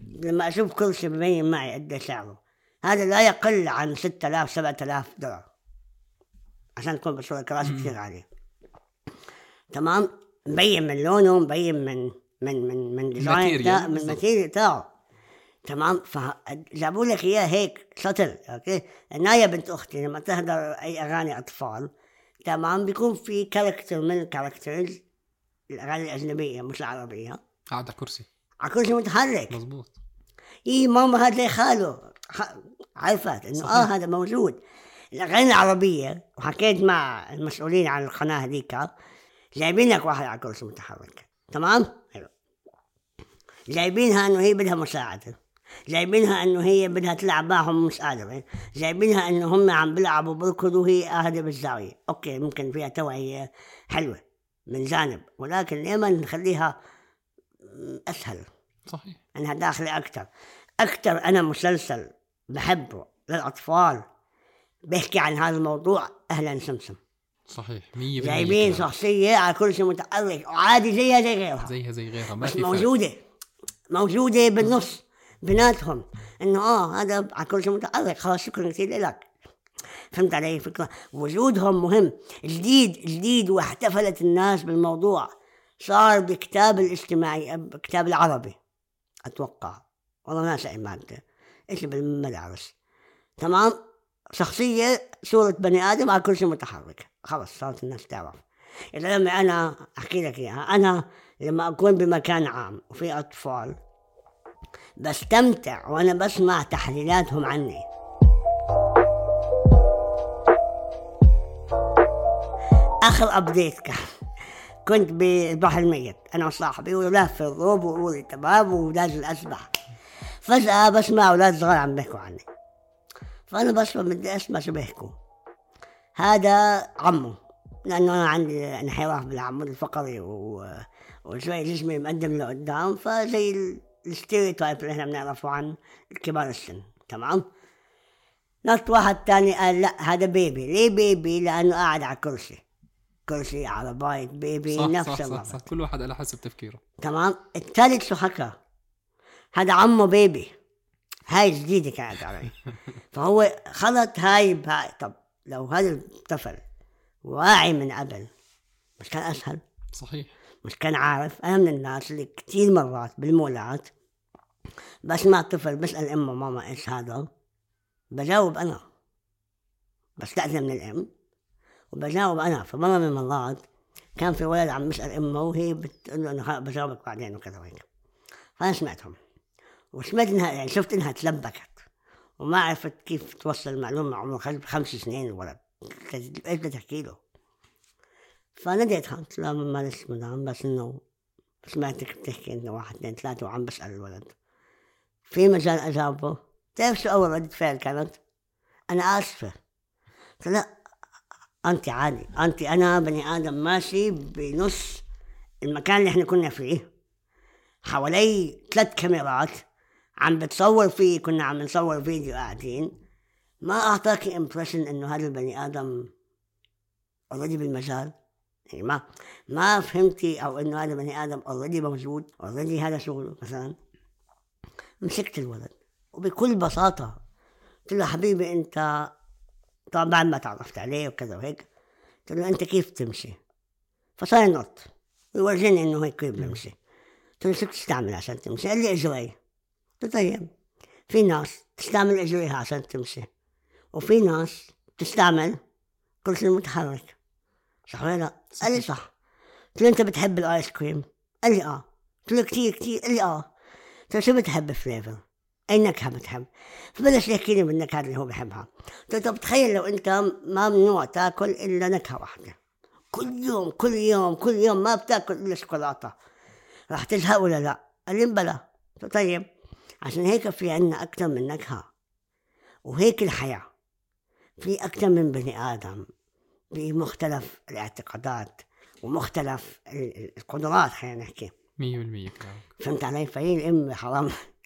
لما أشوف كرسي ببين معي قد سعره، هذا لا يقل عن ستة آلاف سبعة آلاف دولار عشان تكون بصورة كراسي كثير عالية. تمام، مبين من لونه، مبين من من من من ديزاين تاع من الماتيريال تاعه. تمام، فجابوا لك اياه هيك سطل. اوكي، نايا بنت اختي لما تحضر اي اغاني اطفال، تمام، بيكون في كاركتر من الكاركترز الاغاني الاجنبيه مش العربيه، قاعد على كرسي على كرسي متحرك. مزبوط. ايه ماما هذا خاله عرفت انه اه هذا موجود. الاغاني العربيه، وحكيت مع المسؤولين عن القناه هذيك، جايبين لك واحد على كرسي متحرك. تمام، جايبينها انه هي بدها مساعده، جايبينها انه هي بدها تلعب معهم مش قادره، جايبينها انه هم عم بيلعبوا بركضوا وهي قاعده بالزاويه. اوكي، ممكن فيها توعيه حلوه من جانب، ولكن ليه ما نخليها اسهل؟ صحيح، انها داخله اكثر. اكثر انا مسلسل بحبه للاطفال بيحكي عن هذا الموضوع اهلا سمسم. صحيح، مية بالمية. جايبين شخصيه على كرسي متحرك وعادي زيها زي غيرها، زيها زي غيرها، ما بس في موجوده فرق. موجوده بالنص بيناتهم، انه اه هذا على كرسي متحرك، خلاص شكرا كثير لك. فهمت علي فكره؟ وجودهم مهم. جديد جديد واحتفلت الناس بالموضوع، صار بكتاب الاجتماعي، بكتاب العربي اتوقع، والله ما سأل مادة ايش بالمدارس. تمام، شخصيه صوره بني ادم على كرسي متحرك، خلاص صارت الناس تعرف. إذا لما أنا أحكي لك إياها، أنا لما أكون بمكان عام وفي أطفال بستمتع وأنا بسمع تحليلاتهم عني. آخر أبديت كان كنت بالبحر الميت أنا وصاحبي ولاف في الروب وقولي تمام ولازم الأسبح، فجأة بسمع أولاد صغار عم بيحكوا عني، فأنا بسمع بدي أسمع شو بيحكوا. هذا عمه، لأنه أنا عندي انحراف بالعمود الفقري وشوي جسمي مقدم لقدام، فزي الستيريوتايب اللي احنا بنعرفه عن كبار السن. تمام، نط واحد تاني قال لا هذا بيبي. ليه بيبي؟ لأنه قاعد على كرسي، كرسي على بايت بيبي. صح نفس صح, صح, صح كل واحد على حسب تفكيره. تمام، الثالث شو حكى؟ هذا عمه بيبي. هاي جديدة كانت علي. فهو خلط هاي بهاي. طب لو هذا الطفل واعي من قبل مش كان أسهل؟ صحيح، مش كان عارف. أنا من الناس اللي كتير مرات بالمولات بسمع طفل بسأل أمه ماما إيش هذا، بجاوب أنا، بستأذن من الأم وبجاوب أنا. فمرة من المرات كان في ولد عم يسأل أمه وهي بتقول له أنا بجاوبك بعدين وكذا وهيك، فأنا سمعتهم وسمعت إنها يعني شفت إنها تلبكت وما عرفت كيف توصل المعلومة. عمره خمس سنين الولد، إيش بدها تحكي له؟ فناديتها قلت لها معلش مدام، بس إنه سمعتك بتحكي إنه واحد اثنين ثلاثة وعم بسأل الولد، في مجال أجاوبه؟ تعرف شو أول ردة فعل كانت؟ أنا آسفة. قلت لا أنت عادي، أنت أنا بني آدم ماشي بنص المكان اللي إحنا كنا فيه، حوالي ثلاث كاميرات عم بتصور فيه، كنا عم نصور فيديو قاعدين، ما أعطاكي إمبريشن إنه هذا البني آدم أوريدي بالمجال؟ يعني ما ما فهمتي أو إنه هذا بني آدم أوريدي موجود، أوريدي هذا شغله مثلا؟ مسكت الولد وبكل بساطة قلت له حبيبي أنت طبعا بعد ما تعرفت عليه وكذا وهيك، قلت له أنت كيف تمشي؟ فصار ينط ويورجيني إنه هيك كيف بمشي. قلت له شو تستعمل عشان تمشي؟ قال لي إجري. قلت له طيب في ناس تستعمل إجريها عشان تمشي وفي ناس تستعمل كرسي متحرك، صح ولا لا؟ قال لي صح. قلت له أنت بتحب الآيس كريم؟ قال لي آه. قلت له كتير كتير؟ قال لي آه. قلت له شو بتحب فليفر؟ أي نكهة بتحب؟ فبلش يحكي لي بالنكهة اللي هو بحبها. قلت له طب تخيل لو أنت ممنوع تاكل إلا نكهة واحدة كل يوم كل يوم كل يوم، ما بتاكل إلا شوكولاتة، راح تزهق ولا لا؟ قال لي بلا. قلت له طيب عشان هيك في عنا أكثر من نكهة، وهيك الحياة في أكثر من بني آدم بمختلف الاعتقادات ومختلف القدرات، خلينا نحكي مية بالمية كلامك. فهمت علي؟ فهي الأم حرام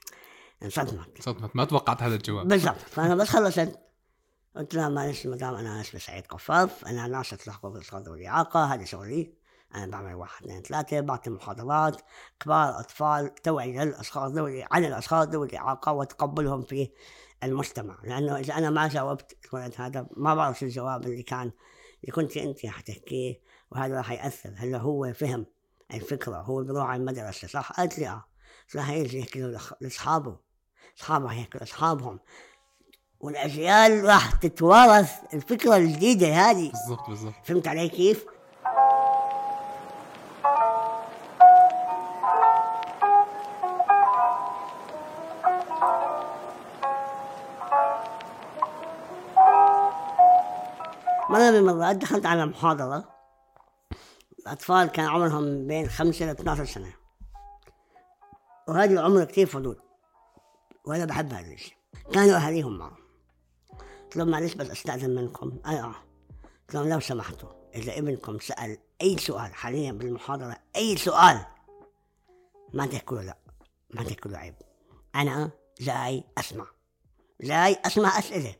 انصدمت صدمت، ما توقعت هذا الجواب بالضبط. فأنا بس خلصت قلت لها معلش مدام أنا اسمي سعيد قفاف، أنا ناشط لحقوق الأطفال والإعاقة، هذا شغلي، أنا بعمل واحد اثنين ثلاثة، بعطي محاضرات كبار أطفال توعية للأشخاص ذوي عن الأشخاص ذوي الإعاقة وتقبلهم في المجتمع. لأنه إذا أنا ما جاوبت الولد هذا ما بعرف شو الجواب اللي كان اللي كنت أنت حتحكيه، وهذا راح يأثر. هلا هو فهم الفكرة، هو بروح على المدرسة صح؟ قالت لي آه، راح يجي يحكي لأصحابه، أصحابه هيك لأصحابهم، والأجيال راح تتوارث الفكرة الجديدة هذه. بالضبط بالضبط. فهمت علي كيف؟ مرة من المرات دخلت على محاضرة الأطفال كان عمرهم بين خمسة ل اثناشر سنة، وهذا العمر كتير فضول وأنا بحب هذا الشيء. كانوا أهاليهم معهم. قلت لهم معلش بس أستأذن منكم. أي آه قلت لهم لو سمحتوا إذا ابنكم سأل أي سؤال حاليا بالمحاضرة، أي سؤال، ما تحكوا له لا، ما تحكوا له عيب. أنا جاي أسمع، جاي أسمع أسئلة،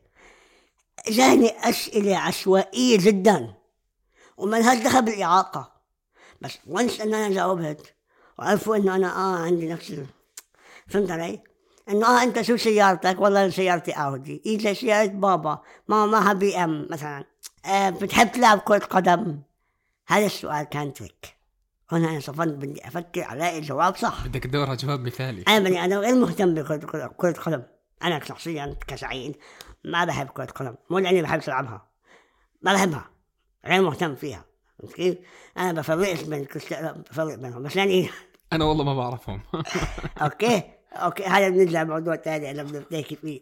جاني أسئلة عشوائية جدا وما لهاش دخل بالإعاقة، بس وانس أن أنا جاوبت وعرفوا إنه أنا آه عندي نفس ال... فهمت علي؟ إنه آه أنت شو سيارتك؟ والله سيارتي أودي. إذا سيارة بابا ما معها بي إم مثلا. آه بتحب تلعب كرة قدم؟ هذا السؤال كان تريك. هنا أنا صفنت بدي أفكر ألاقي جواب صح. بدك تدور على جواب مثالي. أنا بني أنا غير مهتم بكرة كرة قدم. أنا شخصيا كسعيد ما بحب كرة قدم، مو لأني بحب ألعبها، ما بحبها، غير مهتم فيها. كيف؟ أنا بفرقش بين بفرق بينهم، بس يعني أنا والله ما بعرفهم. أوكي أوكي هذا بنرجع موضوع تاني أنا بنحكي فيه.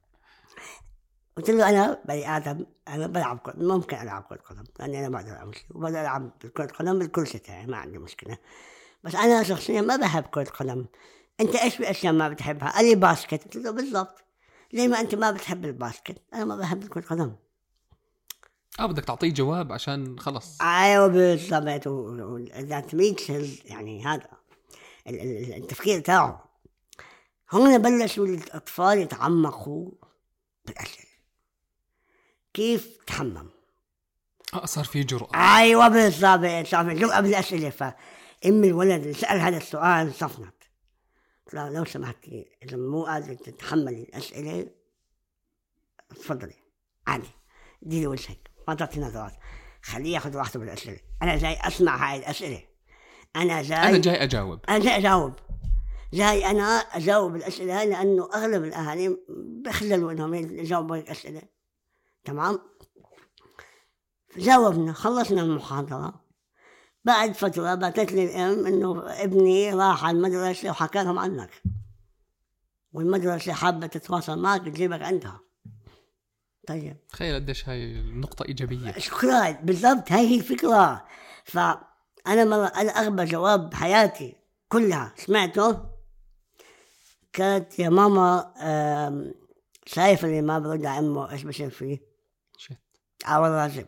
قلت له أنا بني آدم، أنا بلعب كرة، ممكن ألعب كرة قدم لأني أنا بقدر أمشي وبقدر ألعب كرة قدم بالكرسي تاعي، ما عندي مشكلة. بس أنا شخصيا ما بحب كرة قدم. أنت إيش بأشياء ما بتحبها؟ قال لي باسكت. قلت له بالضبط، ليه ما أنت ما بتحب الباسكت؟ أنا ما بحب كرة قدم. اه بدك تعطيه جواب عشان خلص. ايوه بالضبط. وذات ميكس يعني هذا التفكير تاعه. هنا بلشوا الاطفال يتعمقوا بالاسئله، كيف تحمم. اه صار في جرأة. ايوه بالضبط، صار في جرأة بالاسئله. فام الولد اللي سال هذا السؤال صفنت. لا لو سمحتي اذا مو قادره تتحملي الاسئله تفضلي عادي ديري وجهك، ما تعطي نظرات، خليه ياخذ راحته بالأسئلة. أنا جاي أسمع هاي الأسئلة، أنا جاي أنا جاي أجاوب أنا جاي أجاوب جاي أنا أجاوب الأسئلة، لأنه أغلب الأهالي بخللوا إنهم يجاوبوا الأسئلة. تمام. جاوبنا، خلصنا المحاضرة. بعد فترة باتت لي الأم إنه ابني راح على المدرسة وحكى لهم عنك، والمدرسة حابة تتواصل معك تجيبك عندها. طيب تخيل قديش هاي النقطة إيجابية. شكرا. بالضبط هاي هي الفكرة. فأنا مرة أنا أغبى جواب بحياتي كلها سمعته كانت يا ماما شايف اللي ما برد على أمه إيش بصير فيه؟ شت أول رازب.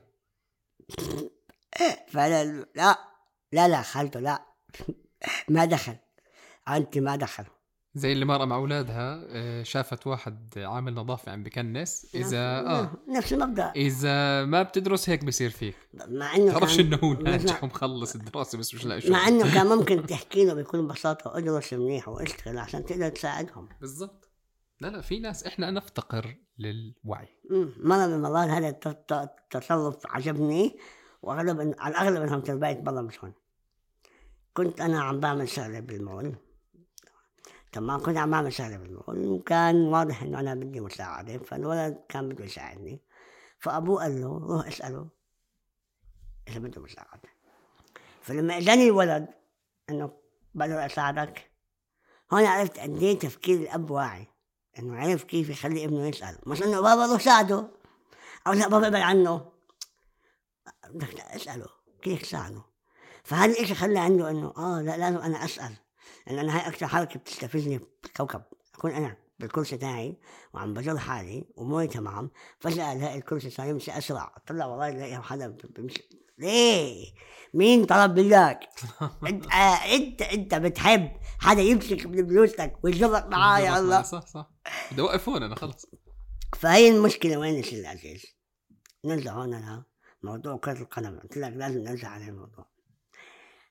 فلا لا لا لا خالته لا ما دخل، أنت ما دخل. زي اللي مرة مع أولادها شافت واحد عامل نظافة عم بكنس، إذا آه نفس المبدأ، إذا ما بتدرس هيك بصير فيك. مع إنه تعرفش إنه هو ناجح ومخلص الدراسة بس مش لاقي شغل. مع إنه كان ممكن تحكي له بكل بساطة ادرس منيح واشتغل عشان تقدر تساعدهم. بالضبط. لا لا في ناس إحنا نفتقر للوعي. مرة من المرات هذا التصرف عجبني، وأغلب على الأغلب إنهم تربيت برا مش هون. كنت أنا عم بعمل شغلة بالمول، تمام، كنت عم بعمل شغلة بالمول وكان واضح إنه أنا بدي مساعدة، فالولد كان بده يساعدني، فأبوه قال له روح اسأله إذا بده مساعدة. فلما إجاني الولد إنه بقدر أساعدك، هون عرفت قد إيه تفكير الأب واعي، إنه عرف كيف يخلي ابنه يسأل، مش إنه بابا روح ساعده أو لا بابا ابعد عنه، بدك أسأله كيف تساعده. فهذا الإشي خلى عنده إنه آه لا لازم أنا أسأل، لأن أنا هاي أكثر حركة بتستفزني بالكوكب. أكون أنا بالكرسي تاعي وعم بجر حالي وموري تمام، فجأة ألاقي الكرسي صار يمشي أسرع، طلع والله ألاقي حدا بيمشي. ليه؟ مين طلب منك؟ أنت أنت أنت بتحب حدا يمسك بفلوسك ويجرك معاه يا الله. صح صح بدي أوقف هون أنا خلص. فهي المشكلة وين يا سيدي العزيز؟ نرجع هون لها موضوع كرة القدم، قلت لك لازم نرجع على الموضوع.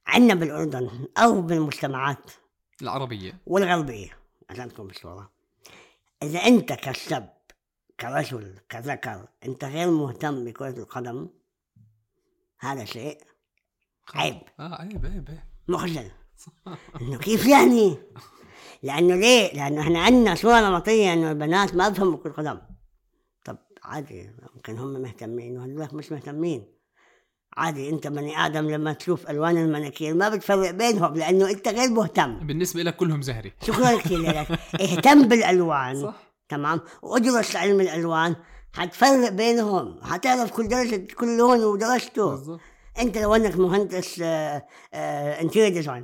عندنا بالأردن أو بالمجتمعات العربية والغربية عشان تكون بالصورة، إذا أنت كشاب كرجل كذكر أنت غير مهتم بكرة القدم، هذا شيء عيب. آه عيب عيب عيب مخجل. إنه كيف يعني؟ لأنه ليه؟ لأنه إحنا عندنا صورة نمطية إنه البنات ما بفهموا كرة القدم. طب عادي، ممكن هم مهتمين وهذول مش مهتمين. عادي، أنت بني آدم لما تشوف ألوان المناكير ما بتفرق بينهم لأنه أنت غير مهتم. بالنسبة لك كلهم زهري. شكرا كثير لك. اهتم بالألوان. صح. تمام. وأدرس علم الألوان، حتفرق بينهم، حتعرف كل درجة كل لون ودرجته. بالضبط. أنت لو أنك مهندس انتيريور ديزاين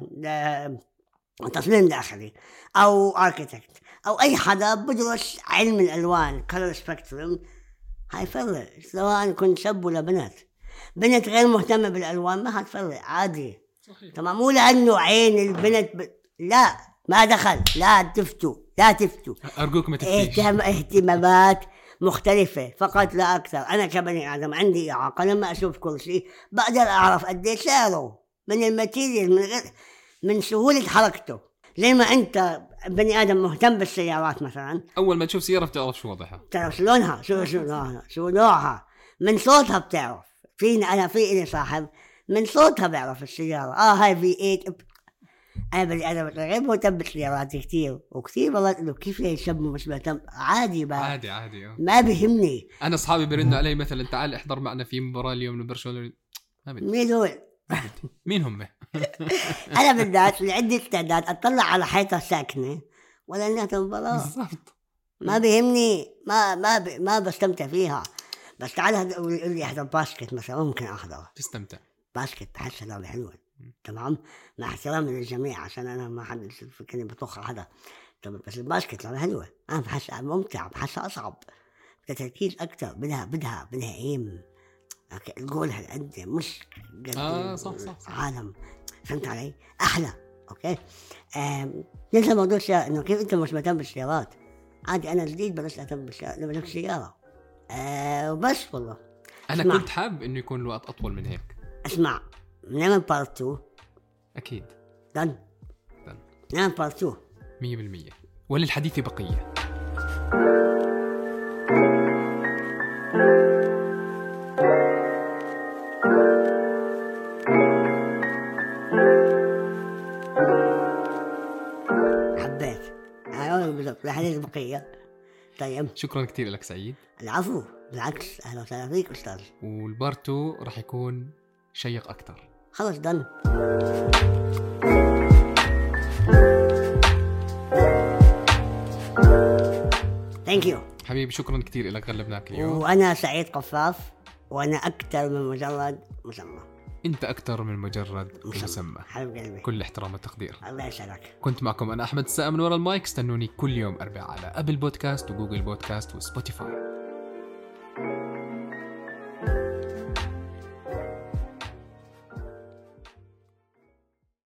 تصميم داخلي أو أركيتكت أو أي حدا بدرس علم الألوان color spectrum، هيفرق سواء كنت شاب ولا بنت. بنت غير مهتمة بالألوان ما هتفرق عادي. صحيح. تمام. مو لأنه عين البنت ب... لا ما دخل، لا تفتوا لا تفتوا أرجوك ما تفتيش. اهتم... اهتمامات مختلفة فقط لا أكثر. أنا كبني آدم عندي إعاقة، لما أشوف كل شيء بقدر أعرف قد إيه سعره من الماتيريال، من غير من سهولة حركته. زي ما أنت بني آدم مهتم بالسيارات مثلا، أول ما تشوف سيارة بتعرف شو وضعها، تعرف لونها، شو شو لونها، شو نوعها، من صوتها بتعرف. فينا أنا في إلي صاحب من صوتها بعرف السيارة. آه هاي في ثمانية. أنا بني آدم غير مهتم بالسيارات كتير وكتير والله إنه كيف يشب مش مهتم. عادي بقى، عادي عادي أوه. ما بيهمني. أنا أصحابي بيرنوا علي مثلا تعال احضر معنا في مباراة اليوم لبرشلونة، مين هو؟ مين هم؟ أنا بالذات اللي عندي استعداد أطلع على حيطة ساكنة ولا إنها مباراة. بالضبط. ما بيهمني، ما ما ب... ما بستمتع فيها. بس تعال يقول لي أحضر باسكت مثلا، ممكن أحضر تستمتع. باسكت بحس لعبة حلوة. تمام. مع احترامي للجميع عشان أنا ما حد فكرني بطخ حدا. طب بس الباسكت لعبة حلوة، أنا بحس ممتع، بحس أصعب، تركيز أكتر، بدها بدها بدها إيم. الجول هالقد مش آه صح صح, صح. عالم. فهمت علي؟ أحلى. أوكي. نرجع موضوع السيارة، إنه كيف أنت مش مهتم بالسيارات. عادي، أنا جديد بس أهتم بالسيارة، لما لك سيارة أه وبس. والله أنا اسمع. كنت حاب إنه يكون الوقت أطول من هيك. اسمع، نعمل بارت تو. أكيد. دن دن نعمل بارت تو مية بالمية. وللحديث بقية. الحديث بقية. طيب شكرا كتير لك سعيد. العفو، بالعكس، أهلا وسهلا فيك أستاذ. والبارتو رح يكون شيق أكتر. خلص دن. ثانك يو حبيبي، شكرا كتير لك، غلبناك اليوم. وأنا سعيد قفاف، وأنا أكتر من مجرد مسمى. انت اكتر من مجرد مسمى. حبيب قلبي، كل احترام والتقدير. الله يسعدك. كنت معكم انا احمد السقا من ورا المايك. استنوني كل يوم اربعاء على ابل بودكاست وجوجل بودكاست وسبوتيفاي.